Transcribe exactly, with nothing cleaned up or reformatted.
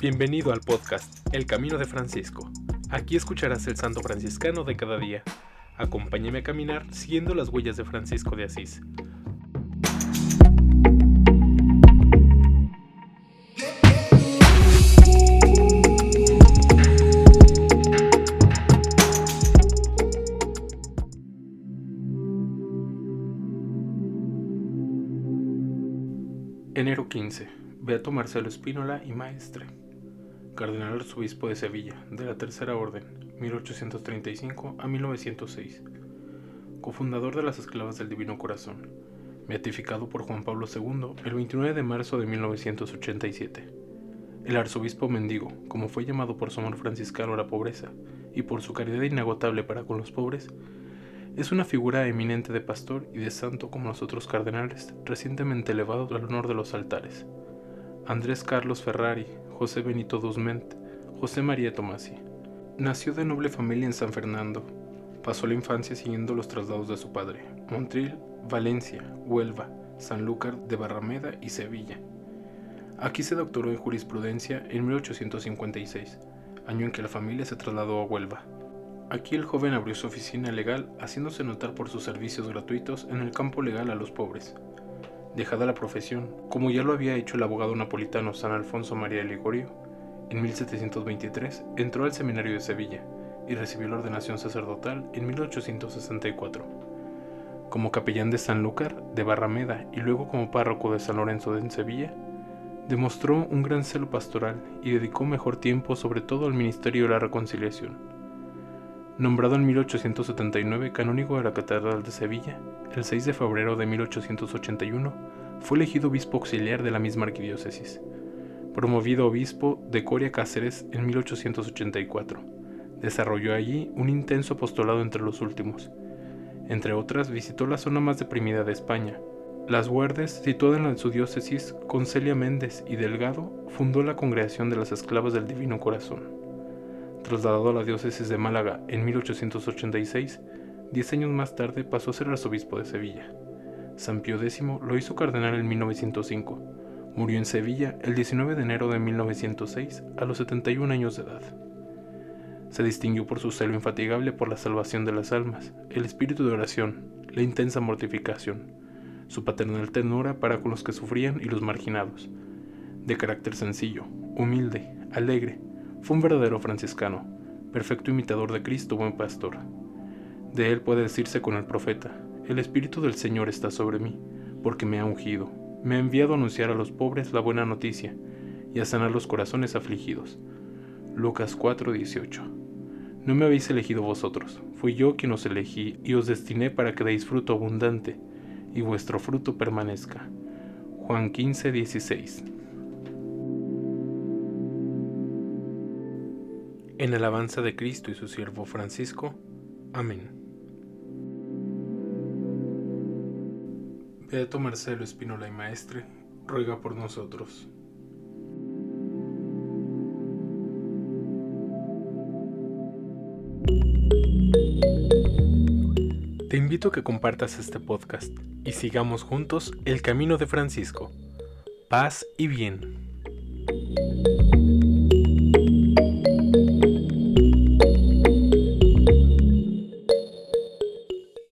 Bienvenido al podcast El Camino de Francisco. Aquí escucharás el santo franciscano de cada día. Acompáñame a caminar siguiendo las huellas de Francisco de Asís. Enero quince. Beato Marcelo Spínola y Maestre. Cardenal Arzobispo de Sevilla, de la Tercera Orden, mil ochocientos treinta y cinco a mil novecientos seis. Cofundador de las Esclavas del Divino Corazón. Beatificado por Juan Pablo segundo el veintinueve de marzo de mil novecientos ochenta y siete. El arzobispo mendigo, como fue llamado por su amor franciscano a la pobreza y por su caridad inagotable para con los pobres, es una figura eminente de pastor y de santo como los otros cardenales recientemente elevados al honor de los altares. Andrés Carlos Ferrari, José Benito Dusment, José María Tomasi. Nació de noble familia en San Fernando. Pasó la infancia siguiendo los traslados de su padre, Motril, Valencia, Huelva, Sanlúcar de Barrameda y Sevilla. Aquí se doctoró en jurisprudencia en mil ochocientos cincuenta y seis, año en que la familia se trasladó a Huelva. Aquí el joven abrió su oficina legal, haciéndose notar por sus servicios gratuitos en el campo legal a los pobres. Dejada la profesión, como ya lo había hecho el abogado napolitano San Alfonso María de Ligorio, en mil setecientos veintitrés entró al seminario de Sevilla y recibió la ordenación sacerdotal en mil ochocientos sesenta y cuatro. Como capellán de Sanlúcar de Barrameda y luego como párroco de San Lorenzo de Sevilla, demostró un gran celo pastoral y dedicó mejor tiempo sobre todo al ministerio de la reconciliación. Nombrado en mil ochocientos setenta y nueve canónigo de la Catedral de Sevilla, el seis de febrero de mil ochocientos ochenta y uno fue elegido obispo auxiliar de la misma arquidiócesis. Promovido obispo de Coria Cáceres en mil ochocientos ochenta y cuatro, desarrolló allí un intenso apostolado entre los últimos. Entre otras, visitó la zona más deprimida de España. Las Huerdes, situada en su diócesis, con Celia Méndez y Delgado, fundó la Congregación de las Esclavas del Divino Corazón. Trasladado a la diócesis de Málaga en mil ochocientos ochenta y seis, diez años más tarde pasó a ser arzobispo de Sevilla. San Pío X lo hizo cardenal en mil novecientos cinco. Murió en Sevilla el diecinueve de enero de mil novecientos seis a los setenta y un años de edad. Se distinguió por su celo infatigable por la salvación de las almas, el espíritu de oración, la intensa mortificación, su paternal ternura para con los que sufrían y los marginados. De carácter sencillo, humilde, alegre, fue un verdadero franciscano, perfecto imitador de Cristo, buen pastor. De él puede decirse con el profeta: el Espíritu del Señor está sobre mí, porque me ha ungido, me ha enviado a anunciar a los pobres la buena noticia y a sanar los corazones afligidos. Lucas cuatro dieciocho. No me habéis elegido vosotros, fui yo quien os elegí y os destiné para que deis fruto abundante y vuestro fruto permanezca. Juan quince dieciséis. En alabanza de Cristo y su siervo Francisco. Amén. Beato Marcelo Spínola y Maestre, ruega por nosotros. Te invito a que compartas este podcast y sigamos juntos el camino de Francisco. Paz y bien.